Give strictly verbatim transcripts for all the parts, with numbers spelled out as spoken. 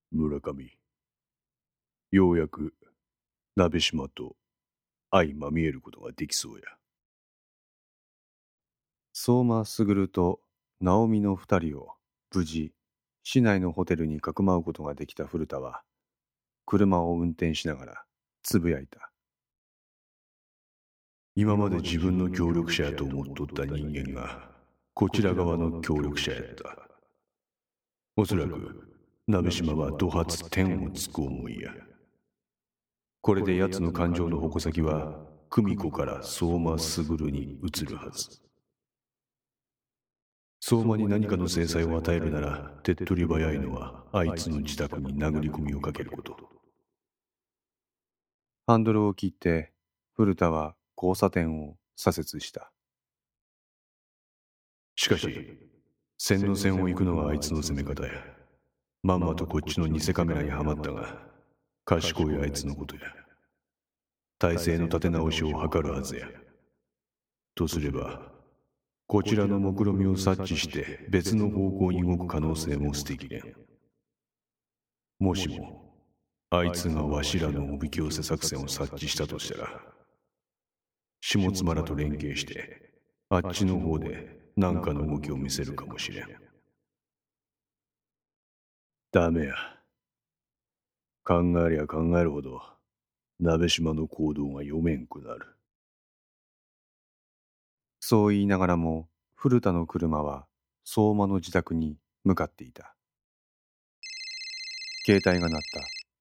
村上、ようやく鍋島と相まみえることができそうや。相馬卓と直美の二人を無事市内のホテルにかくまうことができた古田は車を運転しながらつぶやいた。今まで自分の協力者やと思っとった人間がこちら側の協力者やった。おそらく鍋島は怒発天をつく思いや。これで奴の感情の矛先は久美子から相馬卓に移るはず。相馬に何かの制裁を与えるなら手っ取り早いのはあいつの自宅に殴り込みをかけること。ハンドルを切って古田は交差点を左折した。しかし線の線を行くのはあいつの攻め方や。まんまとこっちの偽カメラにはまったが賢いあいつのことや。体制の立て直しを図るはずや。とすればこちらの目論見を察知して別の方向に動く可能性も捨てきれん。もしもあいつがわしらのおびき寄せ作戦を察知したとしたら下妻らと連携してあっちの方で何かの動きを見せるかもしれん。ダメや。考えりゃ考えるほど鍋島の行動が読めんくなる。そう言いながらも古田の車は相馬の自宅に向かっていた。携帯が鳴った。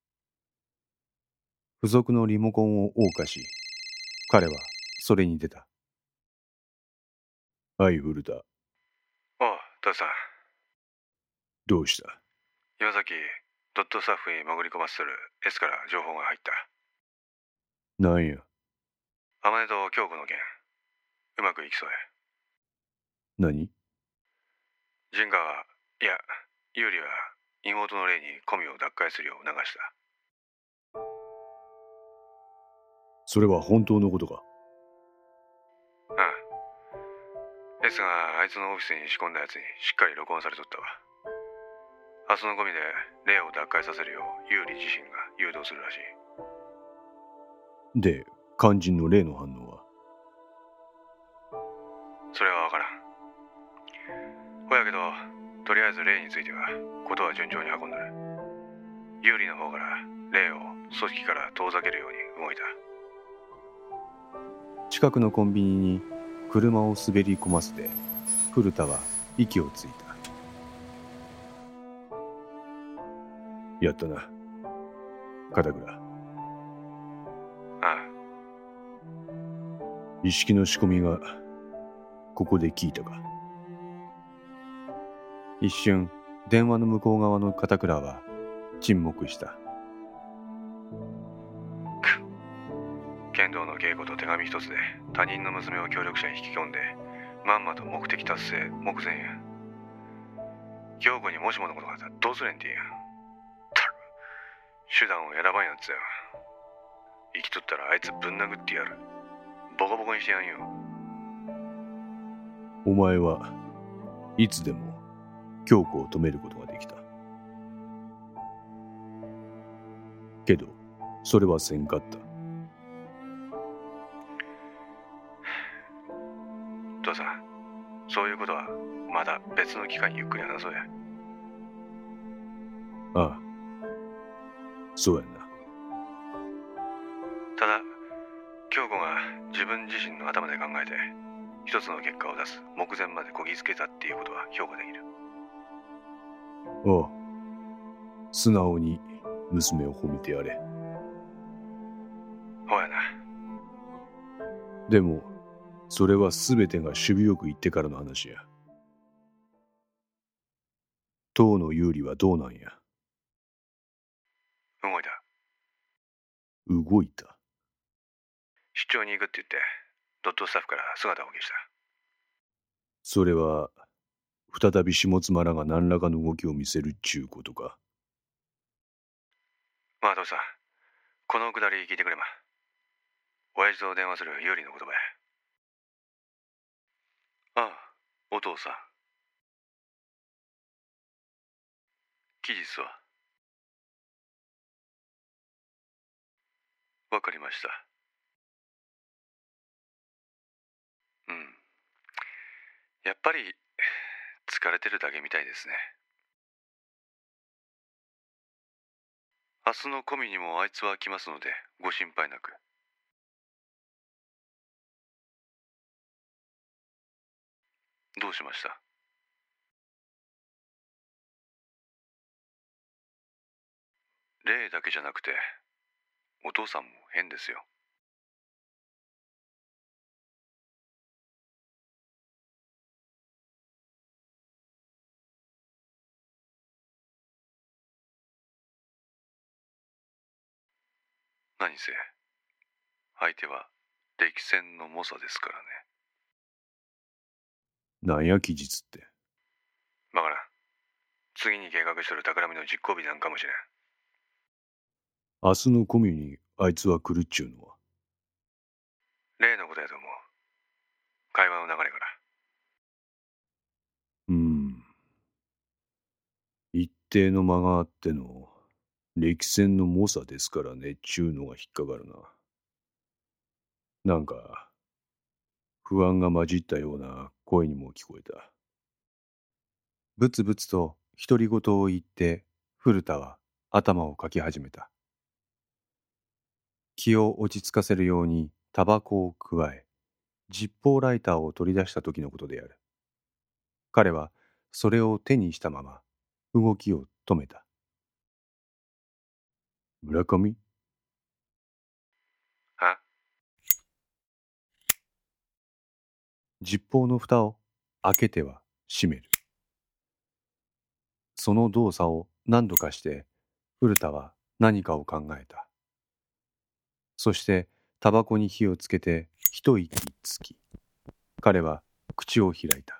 付属のリモコンを謳歌し彼はそれに出た。はい古田。 おう、トシさん。 どうした？ 今さっきドットスタッフに潜り込ませてる S から情報が入った。 なんや？ 天音と京子の件うまくいきそうや。 何？ ジンガはいやユーリは妹のレイにコミを脱会するよう促した。 それは本当のことか？ うん。 S があいつのオフィスに仕込んだやつにしっかり録音されとったわ。明日のゴミでレイを脱会させるようユーリ自身が誘導するらしい。 で肝心の例の反応は？ それは分からん。ほやけどとりあえずレイについてはことは順調に運んどる。ユーリの方からレイを組織から遠ざけるように動いた。 近くのコンビニに車を滑り込ませて古田は息をついた。やったな片倉。 ああ。 意識の仕込みがここで聞いたか？一瞬電話の向こう側の片倉は沈黙した。 剣道の稽古と手紙一つで他人の娘を協力者に引き込んでまんまと目的達成目前や。京子にもしものことがあったらどうすれんてんや。たく手段を選ばんやつや。生きとったらあいつぶん殴ってやる。ボコボコにしてやんよ。 お前はいつでも京子を止めることができた。けどそれはせんかった。 父さん、そういうことはまだ別の機会にゆっくり話そうや。 ああ、そうやな。 ただ京子が自分自身の頭で考えて一つの結果を出す目前までこぎつけたっていうことは評価できる。 おう、素直に娘を褒めてやれ。 ほうやな。 でもそれは全てが守備よく言ってからの話や。当の有利はどうなんや？ 動いた。 動いた？ 出張に行くって言ってドットスタッフから姿を消した。 それは再び下妻らが何らかの動きを見せるっちゅうことか？ まあ父さん、このくだり聞いてくれま。親父と電話する有利の言葉や。ああ、お父さん。期日はわかりました。うん。やっぱり疲れてるだけみたいですね。明日のコミにもあいつは来ますのでご心配なく。どうしました？霊だけじゃなくてお父さんも変ですよ。何せ相手は歴戦の猛者ですからね。 なんや期日って。 わからん。次に計画しとる企みの実行日なんかもしれん。 明日のコミュにあいつは来るっちゅうのは。 例のことやと思う。会話の流れから。 うーん。一定の間があっての歴戦の猛者ですからねっちゅうのが引っかかるな。なんか不安が混じったような声にも聞こえた。ブツブツと独り言を言って古田は頭をかき始めた。気を落ち着かせるようにタバコをくわえ、ジッポーライターを取り出した時のことである。彼はそれを手にしたまま動きを止めた。村上？ は？ ジッポーの蓋を開けては閉める。その動作を何度かして古田は何かを考えた。そしてタバコに火をつけて一息つき、彼は口を開いた。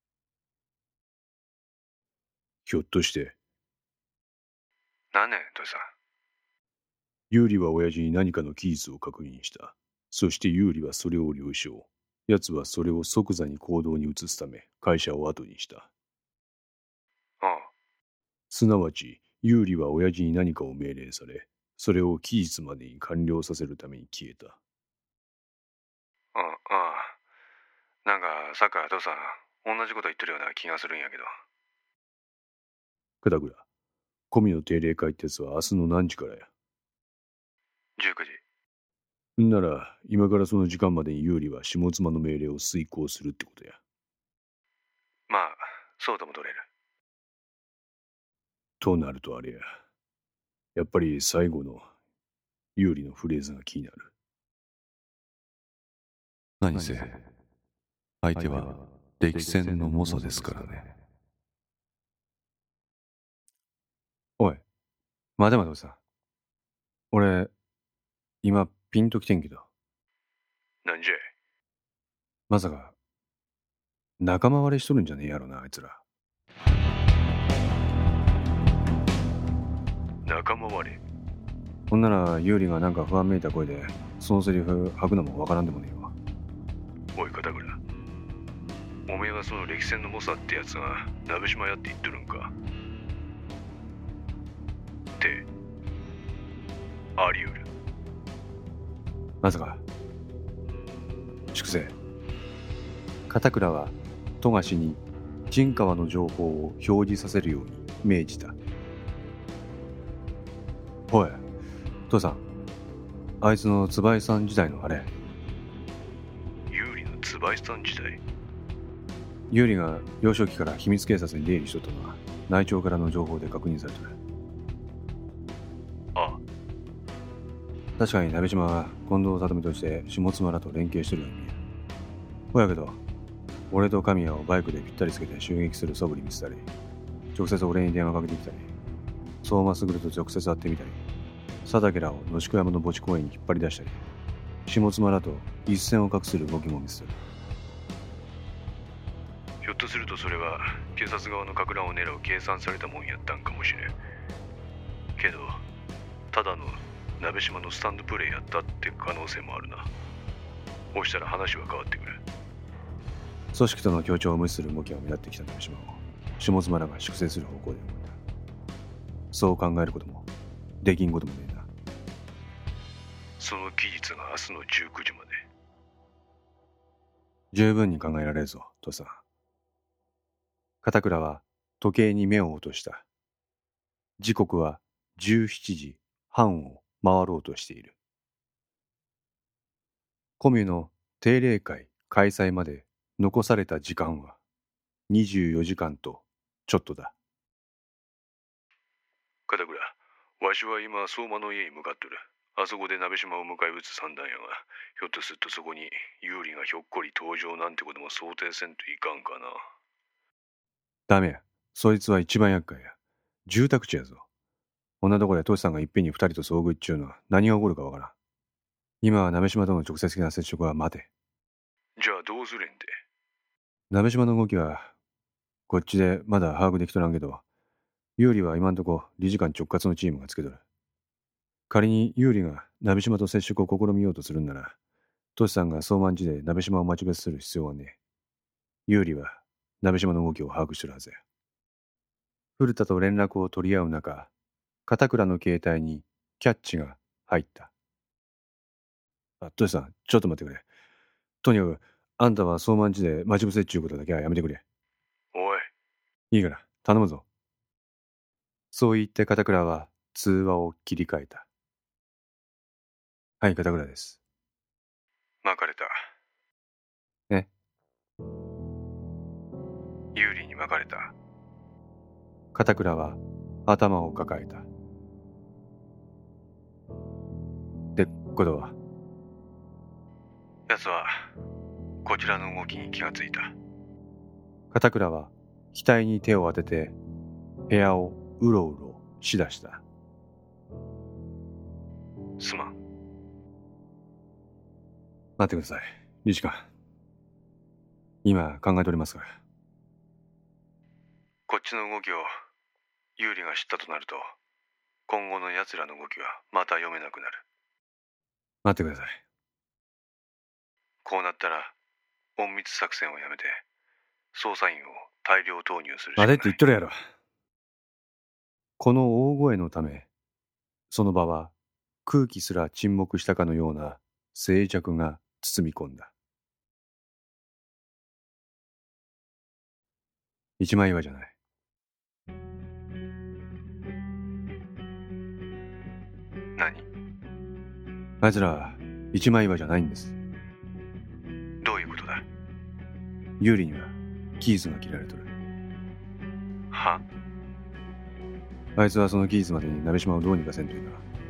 ひょっとして何ねん、トシさん。 有利は親父に何かの期日を確認した。そして有利はそれを了承。奴はそれを即座に行動に移すため会社を後にした。 ああ。 すなわち有利は親父に何かを命令され、それを期日までに完了させるために消えた。 ああ、ああ。なんかさっきトシさん同じこと言ってるような気がするんやけど。 片倉、コミの定例会ってやつは明日の何時からや？ じゅうくじ。 んなら今からその時間までに有利は下妻の命令を遂行するってことや。 まあそうとも取れる。 となるとあれや、やっぱり最後の有利のフレーズが気になる。 何せ相手は歴戦の猛者ですからね。 おい、待て待ておじさん。俺今ピンときてんけど。 なんじゃい。 まさか仲間割れしとるんじゃねえやろな、あいつら。 仲間割れ？ ほんなら有利がなんか不安めいた声でそのセリフ吐くのもわからんでもねえわ。 おい片倉、おめえはその歴戦の猛者ってやつが鍋島屋って言ってるんか？ってあり得る。 まさか。粛清。片倉は富樫に陣川の情報を表示させるように命じた。おい、父さん、あいつの椿さん時代のあれ。 有利の椿さん時代？ 有利が幼少期から秘密警察に出入りしとったのは内調からの情報で確認されてる。 ああ。 確かに鍋島は近藤里美として下妻らと連携してるように見える。ほやけど俺と神谷をバイクでぴったりつけて襲撃する素振り見せたり、直接俺に電話かけてきたり、相馬卓と直接会ってみたり、佐竹らを野宿山の墓地公園に引っ張り出したり、下妻らと一線を画する動きも見せてる。 ひょっとするとそれは警察側のか乱を狙う計算されたもんやったんかもしれんけど、ただの鍋島のスタンドプレーやったって可能性もあるな。こうしたら話は変わってくる。 組織との協調を無視する動きが目立ってきた鍋島を下妻らが粛清する方向で動いた。そう考えることもできんこともねえな。 その期日が明日のじゅうくじまで。 十分に考えられるぞ、トシさん。片倉は時計に目を落とした。時刻はじゅうしちじはんを回ろうとしている。コミュの定例会開催まで残された時間はにじゅうよじかんとちょっとだ。 片倉、わしは今相馬の家に向かってる。あそこで鍋島を迎え撃つ三段やが、ひょっとするとそこに有利がひょっこり登場なんてことも想定せんといかんかな。 ダメや。そいつは一番厄介や。住宅地やぞ。こんなところでトシさんがいっぺんに二人と遭遇っちゅうのは何が起こるかわからん。今は鍋島との直接的な接触は待て。 じゃあどうすれんて。 鍋島の動きはこっちでまだ把握できとらんけど、有利は今んとこ理事官直轄のチームがつけとる。仮に有利が鍋島と接触を試みようとするんなら、トシさんが相馬地で鍋島を待ち伏せする必要はねえ。有利は鍋島の動きを把握してるはずや。古田と連絡を取り合う中、片倉の携帯にキャッチが入った。あ、トシさん、ちょっと待ってくれ。とにかく、あんたは相馬地で待ち伏せっちゅうことだけはやめてくれ。 おい。 いいから、頼むぞ。そう言って片倉は通話を切り替えた。はい、片倉です。 巻かれた。 え？ 有利に巻かれた。 片倉は頭を抱えた。ってことは？ 奴はこちらの動きに気がついた。 片倉は額に手を当てて部屋をうろうろしだした。 すまん。 待ってください、理事官。今考えておりますから。 こっちの動きを有利が知ったとなると、今後の奴らの動きはまた読めなくなる。 待ってください。 こうなったら隠密作戦をやめて捜査員を大量投入するしかない。 待てって言っとるやろ。この大声のため、その場は空気すら沈黙したかのような静寂が包み込んだ。一枚岩じゃない。 何？ あいつら一枚岩じゃないんです。 どういうことだ？ 有利にはキーズが切られとる。 は？ あいつはその期日までに鍋島をどうにかせんというか。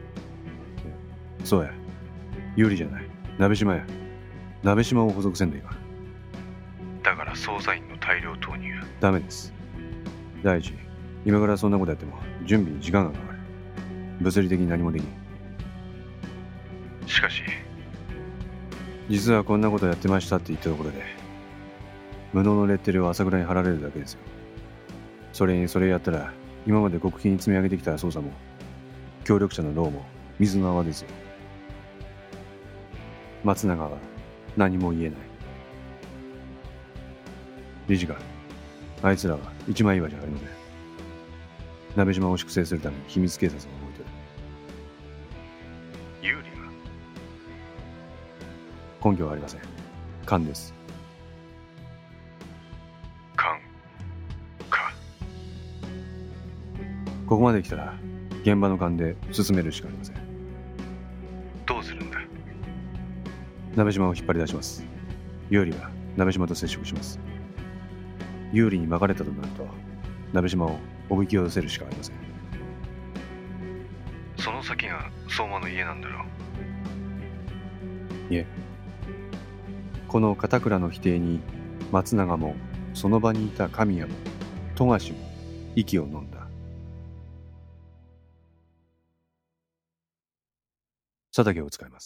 そうや、有利じゃない、鍋島や。鍋島を捕捉せんというか。 だから捜査員の大量投入。 ダメです。第一、今からそんなことやっても準備に時間がかかる。物理的に何もできん。 しかし実はこんなことやってましたって言ったところで、無能のレッテルを朝倉に貼られるだけですよ。それにそれやったら、今まで極秘に積み上げてきた捜査も協力者の労も水の泡ですよ。松永は何も言えない。理事官、あいつらは一枚岩じゃありません。鍋島を粛清するために秘密警察が動いてる。 有利根拠はありません。勘です。 勘か。 ここまで来たら現場の勘で進めるしかありません。 どうするんだ？ 鍋島を引っ張り出します。有利は鍋島と接触します。有利に巻かれたとなると、鍋島をおびき寄せるしかありません。 その先が相馬の家なんだろう。 いえ、この片倉の否定に松永もその場にいた神谷も富樫も息を飲んだ。佐竹を使います。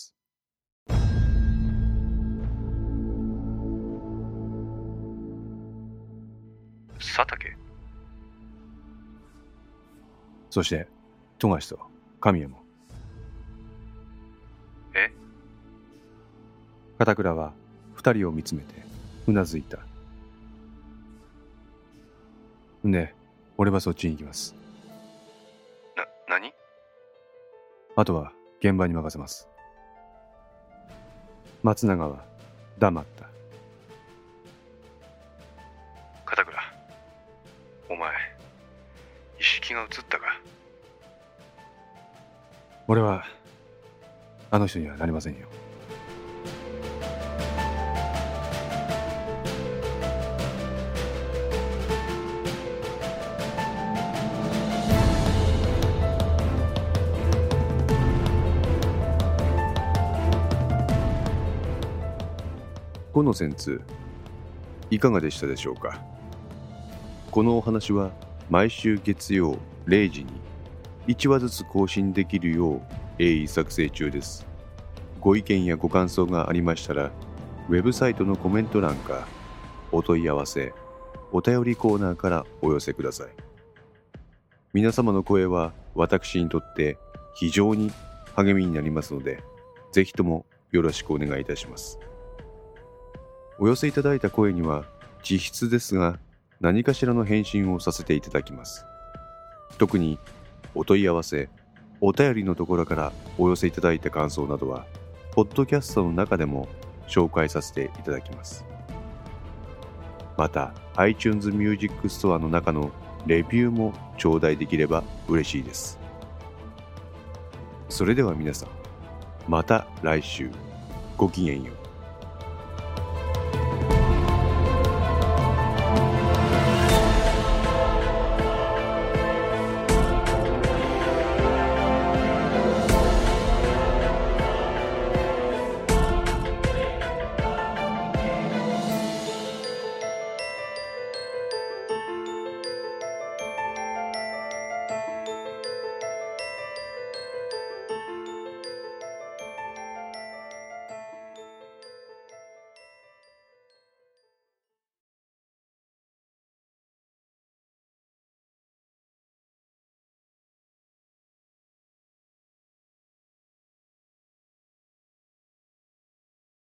佐竹？ そして富樫と神谷も。 え？ 片倉は二人を見つめてうなずいた。んで、俺はそっちに行きます。 な、何？ あとは現場に任せます。 松永は黙った。 片倉、お前意識が移ったか？ 俺はあの人にはなりませんよ。 この旋通いかがでしたでしょうか。このお話は毎週月曜れいじにいちわずつ更新できるよう鋭意作成中です。ご意見やご感想がありましたらウェブサイトのコメント欄かお問い合わせお便りコーナーからお寄せください。皆様の声は私にとって非常に励みになりますので、ぜひともよろしくお願いいたします。お寄せいただいた声には実質ですが何かしらの返信をさせていただきます。特にお問い合わせお便りのところからお寄せいただいた感想などはポッドキャストの中でも紹介させていただきます。また iTunes Music Store の中のレビューも頂戴できれば嬉しいです。それでは皆さん、また来週ごきげんよう。